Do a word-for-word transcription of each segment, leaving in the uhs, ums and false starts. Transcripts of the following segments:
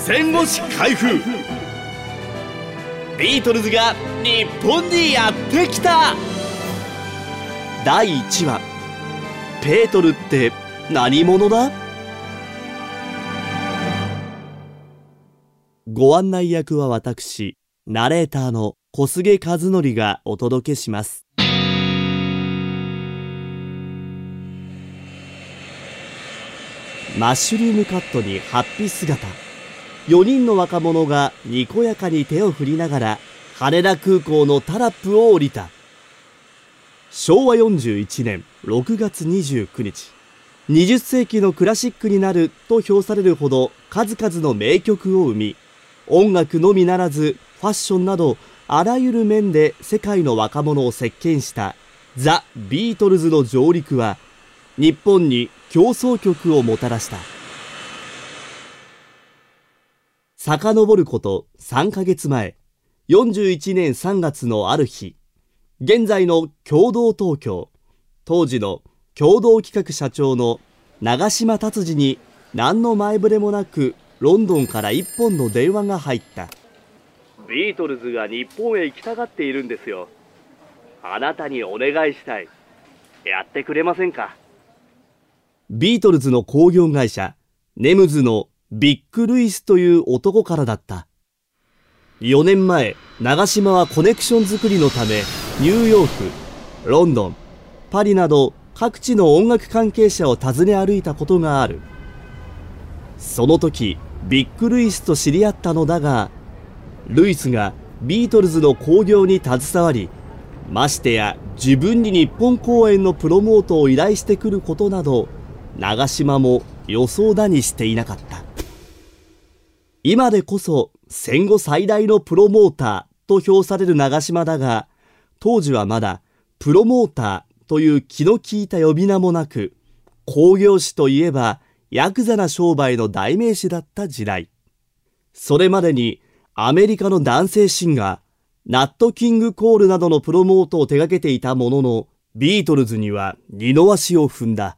戦後史開封。ビートルズが日本にやってきた。だいいちわ、ペートルって何者だ？ご案内役は私、ナレーターの小菅和則がお届けします。マッシュルームカットにハッピー姿、よにんの若者がにこやかに手を振りながら羽田空港のタラップを降りた。しょうわよんじゅういちねんろくがつにじゅうくにち、にじゅっせいきのクラシックになると評されるほど数々の名曲を生み、音楽のみならずファッションなどあらゆる面で世界の若者を席巻したザ・ビートルズの上陸は日本に協奏曲をもたらした。遡ることさんかげつまえ、よんじゅういちねんさんがつのある日、現在の共同東京、当時の共同企画社長の長嶋達治に何の前触れもなくロンドンから一本の電話が入った。ビートルズが日本へ行きたがっているんですよ。あなたにお願いしたい。やってくれませんか？ビートルズの興行会社ネムズのビッグ・ルイスという男からだった。よねんまえ、長嶋はコネクション作りのためニューヨーク、ロンドン、パリなど各地の音楽関係者を訪ね歩いたことがある。その時ビッグ・ルイスと知り合ったのだが、ルイスがビートルズの興行に携わり、ましてや自分に日本公演のプロモートを依頼してくることなど、長嶋も予想だにしていなかった。今でこそ戦後最大のプロモーターと評される長嶋だが、当時はまだプロモーターという気の利いた呼び名もなく、興行師といえばヤクザな商売の代名詞だった時代。それまでにアメリカの男性シンガーナット・キング・コールなどのプロモートを手掛けていたものの、ビートルズには二の足を踏んだ。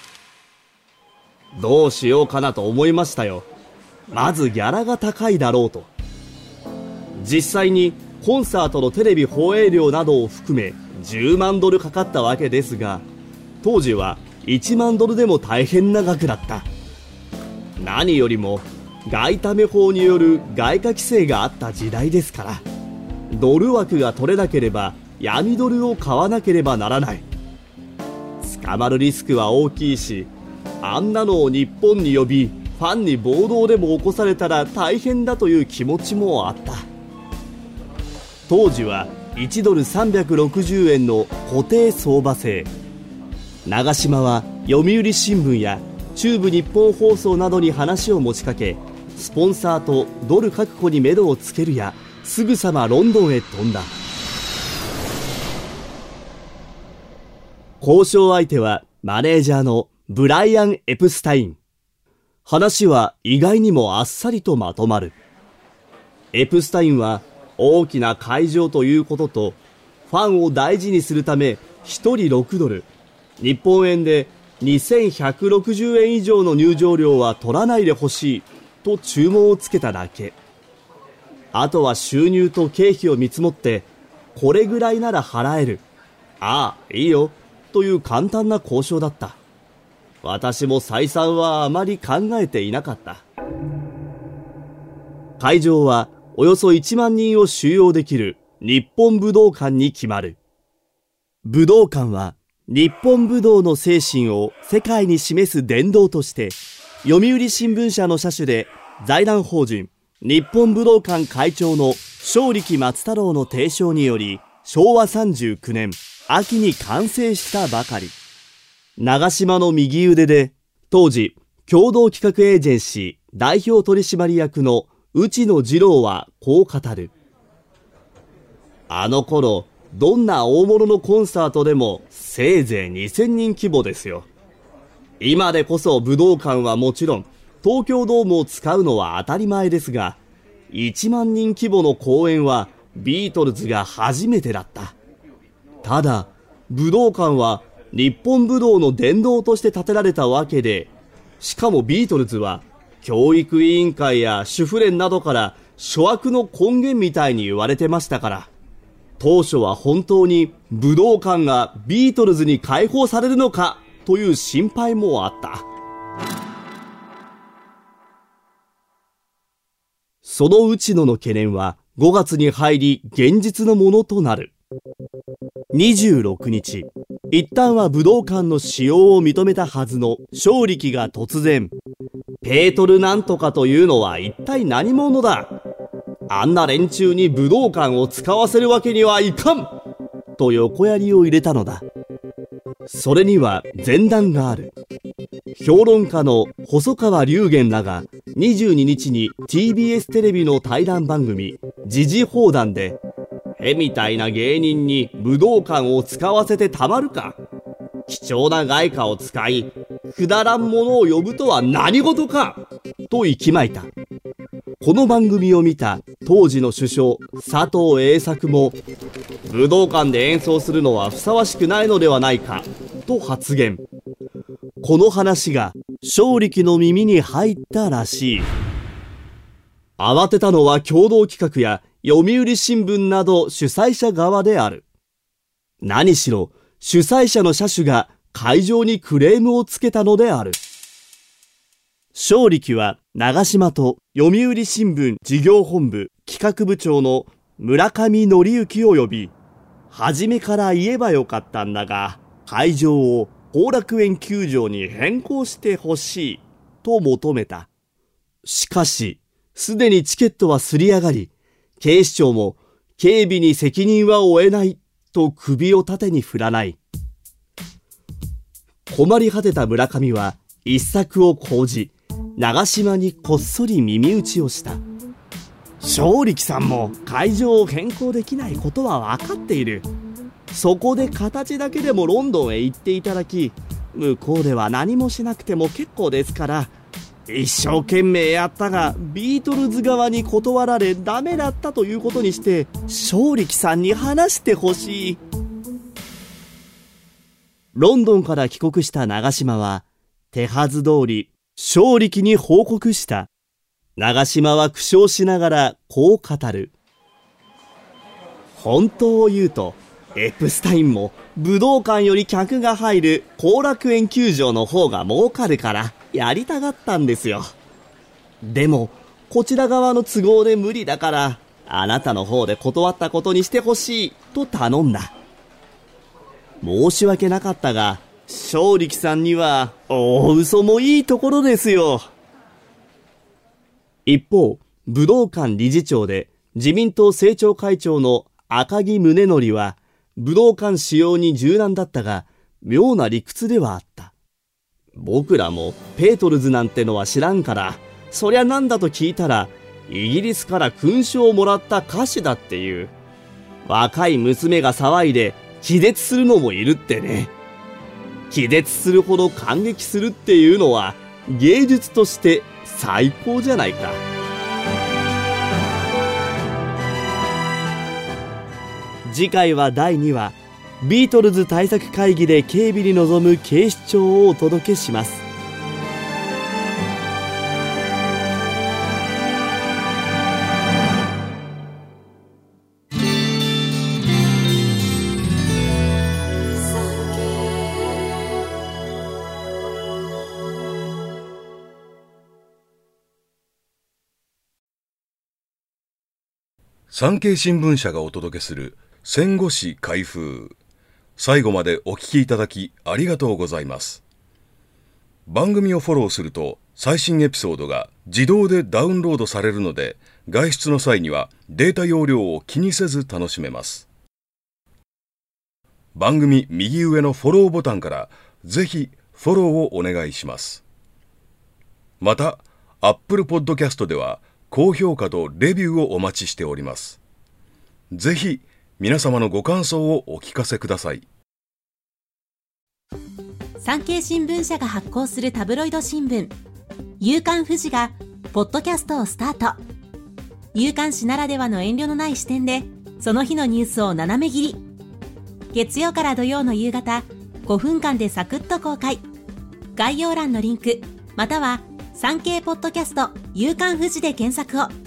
どうしようかなと思いましたよ。まずギャラが高いだろうと。実際にコンサートのテレビ放映料などを含めじゅうまんドルかかったわけですが、当時はいちまんドルでも大変な額だった。何よりも外為法による外貨規制があった時代ですから、ドル枠が取れなければ闇ドルを買わなければならない。捕まるリスクは大きいし、あんなのを日本に呼びファンに暴動でも起こされたら大変だという気持ちもあった。当時はいちドルさんびゃくろくじゅうえんの固定相場制。長嶋は読売新聞や中部日本放送などに話を持ちかけ、スポンサーとドル確保に目処をつけるや、すぐさまロンドンへ飛んだ。交渉相手はマネージャーのブライアン・エプスタイン。話は意外にもあっさりとまとまる。エプスタインは大きな会場ということと、ファンを大事にするためひとりろくドル、日本円でにせんひゃくろくじゅうえん以上の入場料は取らないでほしいと注文をつけただけ。あとは収入と経費を見積もって、これぐらいなら払える、ああいいよという簡単な交渉だった。私も採算はあまり考えていなかった。会場はおよそいちまんにんを収容できる日本武道館に決まる。武道館は日本武道の精神を世界に示す殿堂として、読売新聞社の社主で財団法人日本武道館会長の正力松太郎の提唱により、しょうわさんじゅうきゅうねん秋に完成したばかり。長嶋の右腕で、当時共同企画エージェンシー代表取締役の内野二郎はこう語る。あの頃どんな大物のコンサートでもせいぜいにせんにん規模ですよ。今でこそ武道館はもちろん東京ドームを使うのは当たり前ですが、いちまんにん規模の公演はビートルズが初めてだった。ただ武道館は日本武道の殿堂として建てられたわけで、しかもビートルズは教育委員会や主婦連などから諸悪の根源みたいに言われてましたから、当初は本当に武道館がビートルズに解放されるのかという心配もあった。その内野の懸念はごがつに入り現実のものとなる。にじゅうろくにち、一旦は武道館の使用を認めたはずの正力が突然、ペートルなんとかというのは一体何者だ、あんな連中に武道館を使わせるわけにはいかんと横槍を入れたのだ。それには前段がある。評論家の細川龍玄らがにじゅうににちに ティービーエス テレビの対談番組時事放談で、へみたいな芸人に武道館を使わせてたまるか、貴重な外貨を使いくだらんものを呼ぶとは何事かと息巻いた。この番組を見た当時の首相佐藤栄作も、武道館で演奏するのはふさわしくないのではないかと発言。この話が正力の耳に入ったらしい。慌てたのは共同企画や読売新聞など主催者側である。何しろ主催者の社主が会場にクレームをつけたのである。正力は長島と読売新聞事業本部企画部長の村上則之を呼び、初めから言えばよかったんだが、会場を後楽園球場に変更してほしいと求めた。しかし、すでにチケットはすり上がり、警視庁も警備に責任は負えないと首を縦に振らない。困り果てた村上は一策を講じ、長島にこっそり耳打ちをした。正力さんも会場を変更できないことは分かっている。そこで形だけでもロンドンへ行っていただき、向こうでは何もしなくても結構ですから、一生懸命やったがビートルズ側に断られダメだったということにして、正力さんに話してほしい。ロンドンから帰国した長島は手はず通り正力に報告した。長島は苦笑しながらこう語る。本当を言うと、エプスタインも武道館より客が入る後楽園球場の方が儲かるからやりたがったんですよ。でもこちら側の都合で無理だから、あなたの方で断ったことにしてほしいと頼んだ。申し訳なかったが、正力さんには大嘘もいいところですよ。一方、武道館理事長で自民党政調会長の赤木宗則は、武道館使用に柔軟だったが、妙な理屈ではあった。僕らもペートルズなんてのは知らんから、そりゃなんだと聞いたら、イギリスから勲章をもらった歌手だっていう。若い娘が騒いで気絶するのもいるってね。気絶するほど感激するっていうのは芸術として最高じゃないか。次回はだいにわ、ビートルズ対策会議で警備に臨む警視庁をお届けします。 産経新聞社がお届けする戦後史開封。最後までお聞きいただきありがとうございます。番組をフォローすると最新エピソードが自動でダウンロードされるので、外出の際にはデータ容量を気にせず楽しめます。番組右上のフォローボタンからぜひフォローをお願いします。また、Apple Podcast では高評価とレビューをお待ちしております。ぜひ皆様のご感想をお聞かせください。 産経新聞社が発行するタブロイド新聞、夕刊フジがポッドキャストをスタート。夕刊誌ならではの遠慮のない視点で、その日のニュースを斜め切り。月曜から土曜の夕方、ごふんかんでサクッと公開。概要欄のリンク、または産経ポッドキャスト夕刊フジで検索を。